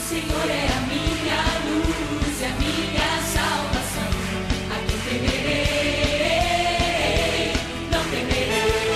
Senhor é a minha luz e a minha salvação. A quem temerei, não temerei.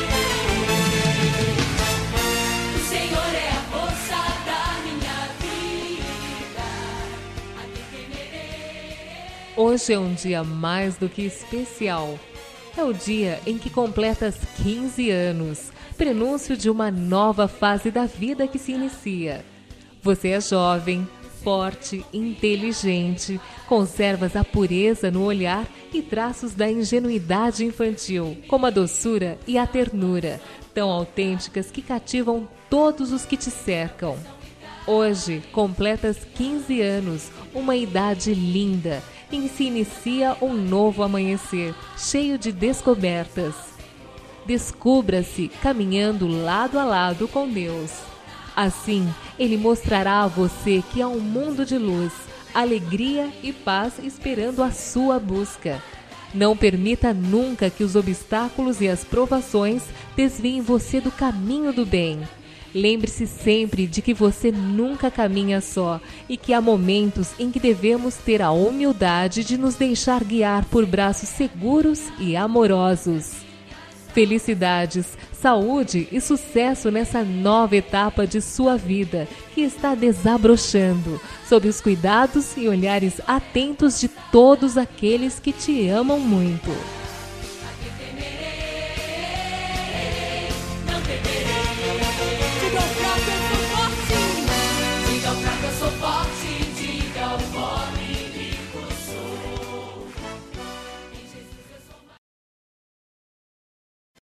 O Senhor é a força da minha vida. A quem temerei. Hoje é um dia mais do que especial. É o dia em que completas 15 anos, prenúncio de uma nova fase da vida que se inicia. Você é jovem, forte, inteligente, conservas a pureza no olhar e traços da ingenuidade infantil, como a doçura e a ternura, tão autênticas que cativam todos os que te cercam. Hoje completas 15 anos, uma idade linda, em que se inicia um novo amanhecer, cheio de descobertas. Descubra-se caminhando lado a lado com Deus. Assim, Ele mostrará a você que há um mundo de luz, alegria e paz esperando a sua busca. Não permita nunca que os obstáculos e as provações desviem você do caminho do bem. Lembre-se sempre de que você nunca caminha só e que há momentos em que devemos ter a humildade de nos deixar guiar por braços seguros e amorosos. Felicidades, saúde e sucesso nessa nova etapa de sua vida que está desabrochando, sob os cuidados e olhares atentos de todos aqueles que te amam muito.